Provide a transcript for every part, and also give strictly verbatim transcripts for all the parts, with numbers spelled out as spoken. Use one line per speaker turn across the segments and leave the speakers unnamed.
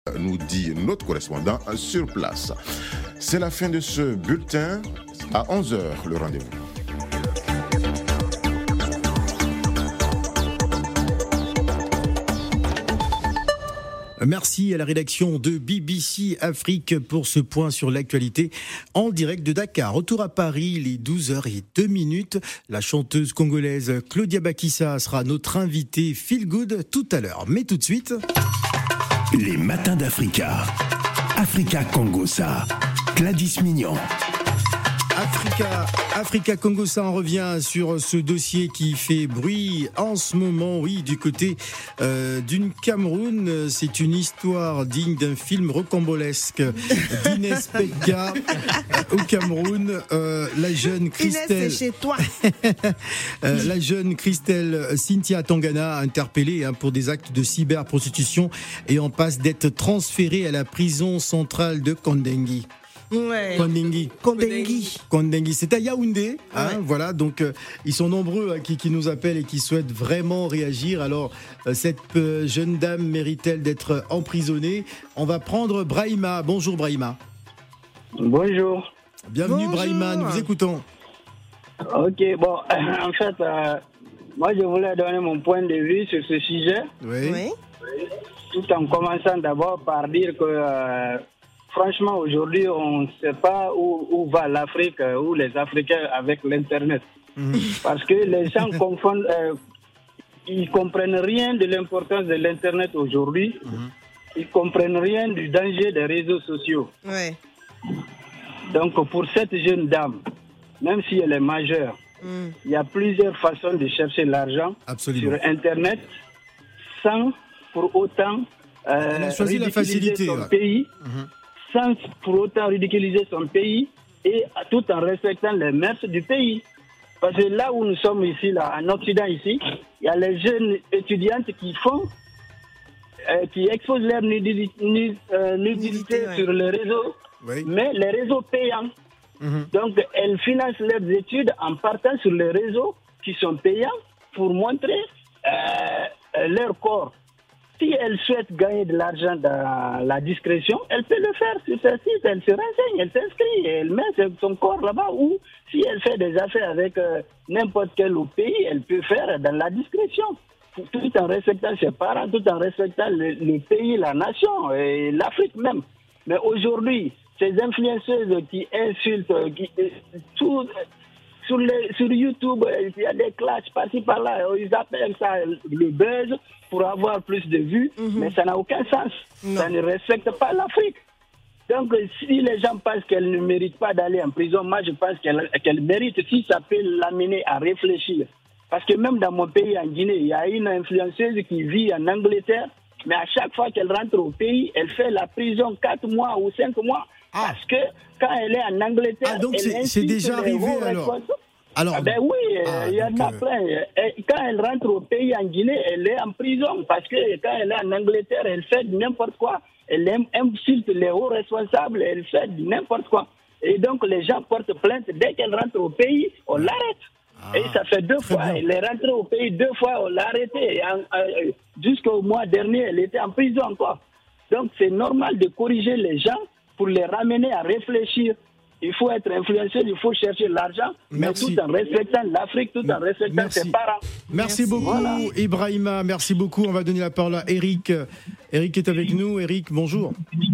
nous dit notre correspondant sur place. C'est la fin de ce bulletin. À onze heures, le rendez-vous.
Merci à la rédaction de B B C Afrique pour ce point sur l'actualité en direct de Dakar. Retour à Paris, les douze heures zéro deux minutes. La chanteuse congolaise Claudia Bakissa sera notre invitée Feel Good tout à l'heure. Mais tout de suite...
Les matins d'Africa. Africa Congossa. Gladys Mignon.
Africa, Africa Congo, ça en revient sur ce dossier qui fait bruit en ce moment, oui, du côté euh, d'une Cameroun. C'est une histoire digne d'un film rocambolesque d'Inès Pedka au Cameroun. Euh, la jeune Christelle,
Inès, c'est chez toi.
euh, la jeune Christelle Cynthia Tangana, interpellée hein, pour des actes de cyberprostitution et en passe d'être transférée à la prison centrale de Kondengui.
Ouais.
Kondengui.
Kondengui.
Kondengui, c'est à Yaoundé, hein,
Ouais.
voilà. Donc euh, ils sont nombreux hein, qui, qui nous appellent et qui souhaitent vraiment réagir. Alors euh, cette euh, jeune dame mérite-t-elle d'être emprisonnée? On va prendre Brahima. Bonjour Brahima.
Bonjour.
Bienvenue
Bonjour.
Brahima, nous vous écoutons.
Ok, bon, en fait, euh, moi je voulais donner mon point de vue sur ce sujet,
Oui.
Oui.
tout en commençant d'abord par dire que, euh, franchement, aujourd'hui, on ne sait pas où, où va l'Afrique, euh, où les Africains avec l'Internet.
Mhm.
Parce que les gens confondent, euh, ils comprennent rien de l'importance de l'Internet aujourd'hui.
Mhm.
Ils comprennent rien du danger des réseaux sociaux.
Ouais.
Donc, pour cette jeune dame, même si elle est majeure,
Mm.
il y a plusieurs façons de chercher l'argent
Absolument.
sur Internet sans pour autant euh,
Elle a choisi la
ridiculiser
facilité,
son
ouais.
pays,
Mhm.
sans pour autant ridiculiser son pays et tout en respectant les mœurs du pays. Parce que là où nous sommes ici, là, en Occident ici, il y a les jeunes étudiantes qui font, euh, qui exposent leur nudili- nu- euh, nudité
Nudité, ouais.
sur les réseaux,
Oui.
mais les réseaux payants.
Mhm.
Donc, elles financent leurs études en partant sur les réseaux qui sont payants pour montrer euh, leur corps. Si elles souhaitent gagner de l'argent dans la discrétion, elle peut le faire sur ce site. Elle se renseigne, elle s'inscrit, elle met son corps là-bas. Ou si elle fait des affaires avec euh, n'importe quel autre pays, elle peut faire dans la discrétion. Tout en respectant ses parents, tout en respectant le, le pays, la nation et l'Afrique même. Mais aujourd'hui, ces influenceuses qui insultent, qui, tout, sur, les, sur YouTube, il y a des clashs par-ci par-là. Ils appellent ça le buzz pour avoir plus de vues, mm-hmm. mais ça n'a aucun sens. Non. Ça ne respecte pas l'Afrique. Donc, si les gens pensent qu'elle ne mérite pas d'aller en prison, moi, je pense qu'elle, qu'elle mérite, si ça peut l'amener à réfléchir. Parce que même dans mon pays, en Guinée, il y a une influenceuse qui vit en Angleterre, mais à chaque fois qu'elle rentre au pays, elle fait la prison quatre mois ou cinq mois. Ah. Parce que quand elle est en Angleterre,
ah, donc
elle
c'est, c'est déjà arrivé alors.
Alors, ah ben oui, ah, il y en a euh... plein. Et quand elle rentre au pays en Guinée, elle est en prison parce que quand elle est en Angleterre, elle fait n'importe quoi. Elle insulte les hauts responsables, elle fait n'importe quoi. Et donc les gens portent plainte. Dès qu'elle rentre au pays, on l'arrête. Ah, et ça fait deux fois. Bien. Elle est rentrée au pays deux fois, on l'a arrêtée. Euh, jusqu'au mois dernier, elle était en prison encore. Donc c'est normal de corriger les gens pour les ramener à réfléchir. Il faut être influenceur, il faut chercher l'argent, merci. Mais tout en respectant l'Afrique, tout en respectant merci. Ses parents.
Merci, merci. beaucoup, voilà. Ibrahima. Merci beaucoup. On va donner la parole à Eric. Eric est avec nous. Eric, bonjour.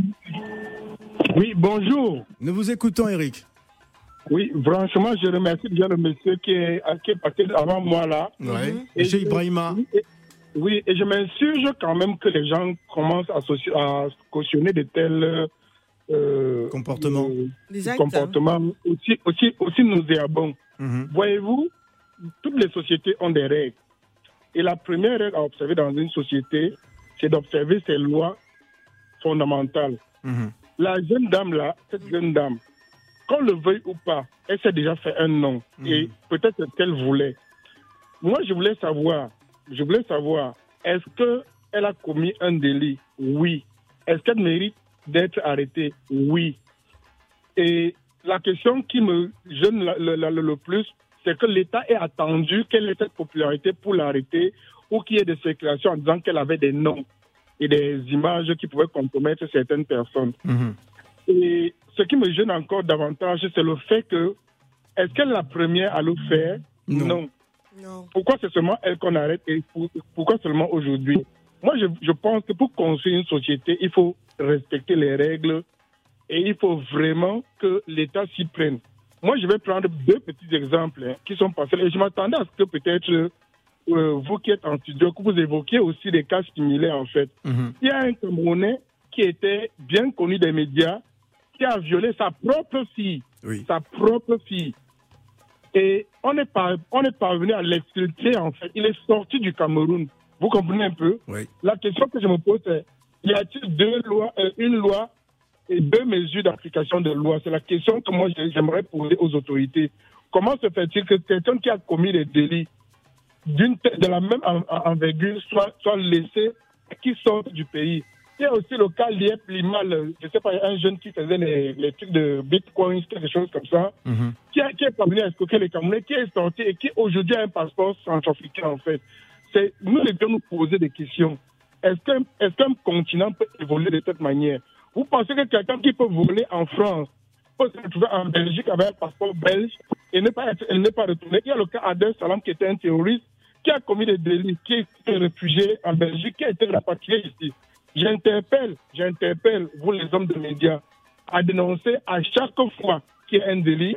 Oui, bonjour.
Nous vous écoutons, Eric.
Oui, franchement, je remercie déjà le monsieur qui est, qui est parti avant moi là.
Oui, et chez Ibrahima.
Et, oui, et je m'insurge quand même que les gens commencent à, à cautionner de tels euh,
comportements.
Euh, comportements aussi, aussi, aussi nauséabonds. Mm-hmm. Voyez-vous, toutes les sociétés ont des règles. Et la première règle à observer dans une société, c'est d'observer ses lois fondamentales. Mm-hmm. La jeune dame là, cette jeune dame, qu'on le veuille ou pas, elle s'est déjà fait un nom. Mmh. Et peut-être qu'elle voulait. Moi, je voulais savoir, je voulais savoir, est-ce qu'elle a commis un délit? Oui. Est-ce qu'elle mérite d'être arrêtée? Oui. Et la question qui me gêne le, le, le, le plus, c'est que l'État ait attendu qu'elle ait cette popularité pour l'arrêter ou qu'il y ait des spéculations en disant qu'elle avait des noms. et des images qui pouvaient compromettre certaines personnes. Mmh. Et ce qui me gêne encore davantage, c'est le fait que, est-ce qu'elle est la première à le faire? Non. non. non. Pourquoi c'est seulement elle qu'on arrête et pour, pourquoi seulement aujourd'hui? Moi, je, je pense que pour construire une société, il faut respecter les règles et il faut vraiment que l'État s'y prenne. Moi, je vais prendre deux petits exemples hein, qui sont passés. Et je m'attendais à ce que peut-être euh, vous qui êtes en studio, que vous évoquiez aussi des cas similaires, en fait. Mm-hmm. Il y a un Camerounais qui était bien connu des médias, qui a violé sa propre fille. Oui. Sa propre fille. Et on est, par, on est parvenu à l'exfiltrer, en fait. Il est sorti du Cameroun. Vous comprenez un peu? Oui. La question que je me pose, c'est, y a-t-il deux lois, euh, une loi et deux mesures d'application de loi? C'est la question que moi j'aimerais poser aux autorités. Comment se fait-il que quelqu'un qui a commis des délits d'une tête, de la même envergure soit, soit laissé qui sorte du pays? Il y a aussi le cas Liep Limal, je ne sais pas, un jeune qui faisait les, les trucs de bitcoin, quelque chose comme ça, mm-hmm. qui, a, qui est parvenu à escroquer les Camerounais, qui est sorti et qui aujourd'hui a un passeport centrafricain en fait. C'est, nous devons nous poser des questions. Est-ce qu'un, est-ce qu'un continent peut évoluer de cette manière? Vous pensez que quelqu'un qui peut voler en France peut se retrouver en Belgique avec un passeport belge et ne pas être, ne pas retourner? Il y a le cas Adel Salam qui était un terroriste, qui a commis des délits, qui est réfugié en Belgique, qui a été rapatrié ici. J'interpelle, j'interpelle, vous les hommes de médias, à dénoncer à chaque fois qu'il y a un délit,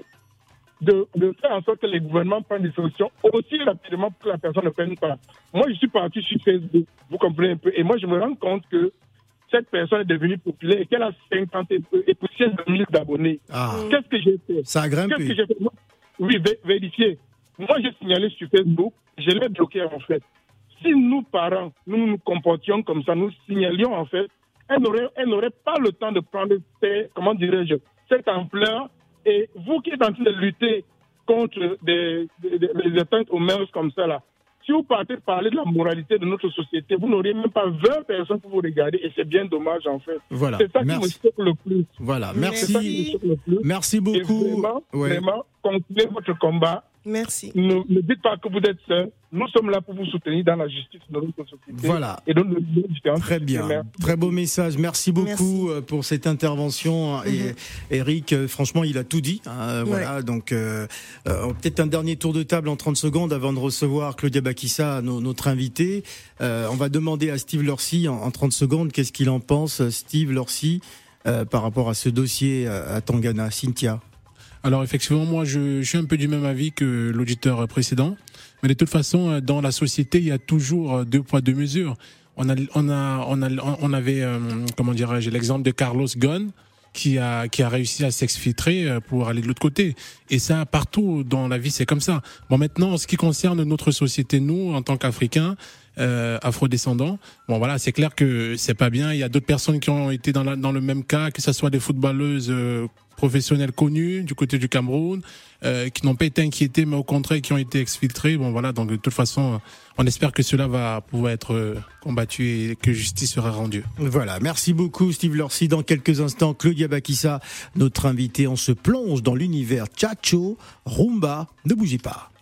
de, de faire en sorte que les gouvernements prennent des solutions aussi rapidement pour que la personne ne prenne pas. Moi, je suis parti sur Facebook, vous comprenez un peu, et moi, je me rends compte que cette personne est devenue populaire et qu'elle a cinquante et poussières de mille d'abonnés. Ah. Qu'est-ce que j'ai fait?
Ça a grimpé.
Qu'est-ce que j'ai fait? Oui, vé- vérifiez. Moi, j'ai signalé sur Facebook, je l'ai bloqué en fait. Si nous, parents, nous nous comportions comme ça, nous signalions en fait, elle n'aurait, elle n'aurait pas le temps de prendre, ces, comment dirais-je, cette ampleur. Et vous qui êtes en train de lutter contre des, des, des, des atteintes aux mœurs comme ça, là, si vous partez parler de la moralité de notre société, vous n'auriez même pas vingt personnes pour vous regarder et c'est bien dommage en fait.
Voilà.
C'est ça
Merci.
qui me choque le plus.
Voilà, merci.
C'est ça qui me choque le plus.
Merci beaucoup.
Et vraiment, ouais. vraiment, continuez votre combat.
Merci.
Ne, ne dites pas que vous êtes seul. Nous sommes là pour vous soutenir dans la justice de notre société.
Voilà.
Et donc,
très bien. Très beau message. Merci beaucoup Merci. pour cette intervention. Mm-hmm. Et Eric, franchement, il a tout dit. Hein, ouais. Voilà. Donc, euh, euh, peut-être un dernier tour de table en trente secondes avant de recevoir Claudia Bakissa, no, notre invité. Euh, on va demander à Steve Lorcy en, en trente secondes qu'est-ce qu'il en pense, Steve Lorcy, euh, par rapport à ce dossier à, à Tangana. Cynthia.
Alors effectivement, moi je, je suis un peu du même avis que l'auditeur précédent, mais de toute façon, dans la société, il y a toujours deux poids deux mesures. On a, on a, on a, on avait, euh, comment dirais-je, l'exemple de Carlos Ghosn qui a, qui a réussi à s'exfiltrer pour aller de l'autre côté. Et ça, partout dans la vie, c'est comme ça. Bon, maintenant, en ce qui concerne notre société, nous, en tant qu'Africains, euh, afro-descendants, bon voilà, c'est clair que c'est pas bien. Il y a d'autres personnes qui ont été dans, la, dans le même cas, que ce soit des footballeuses euh, professionnels connus du côté du Cameroun, euh, qui n'ont pas été inquiétés, mais au contraire qui ont été exfiltrés. Bon voilà, donc de toute façon, on espère que cela va pouvoir être combattu et que justice sera rendue.
Voilà, merci beaucoup Steve Lorcy. Dans quelques instants, Claudia Bakissa, notre invitée. On se plonge dans l'univers Tchatcho, Rumba. Ne bougez pas.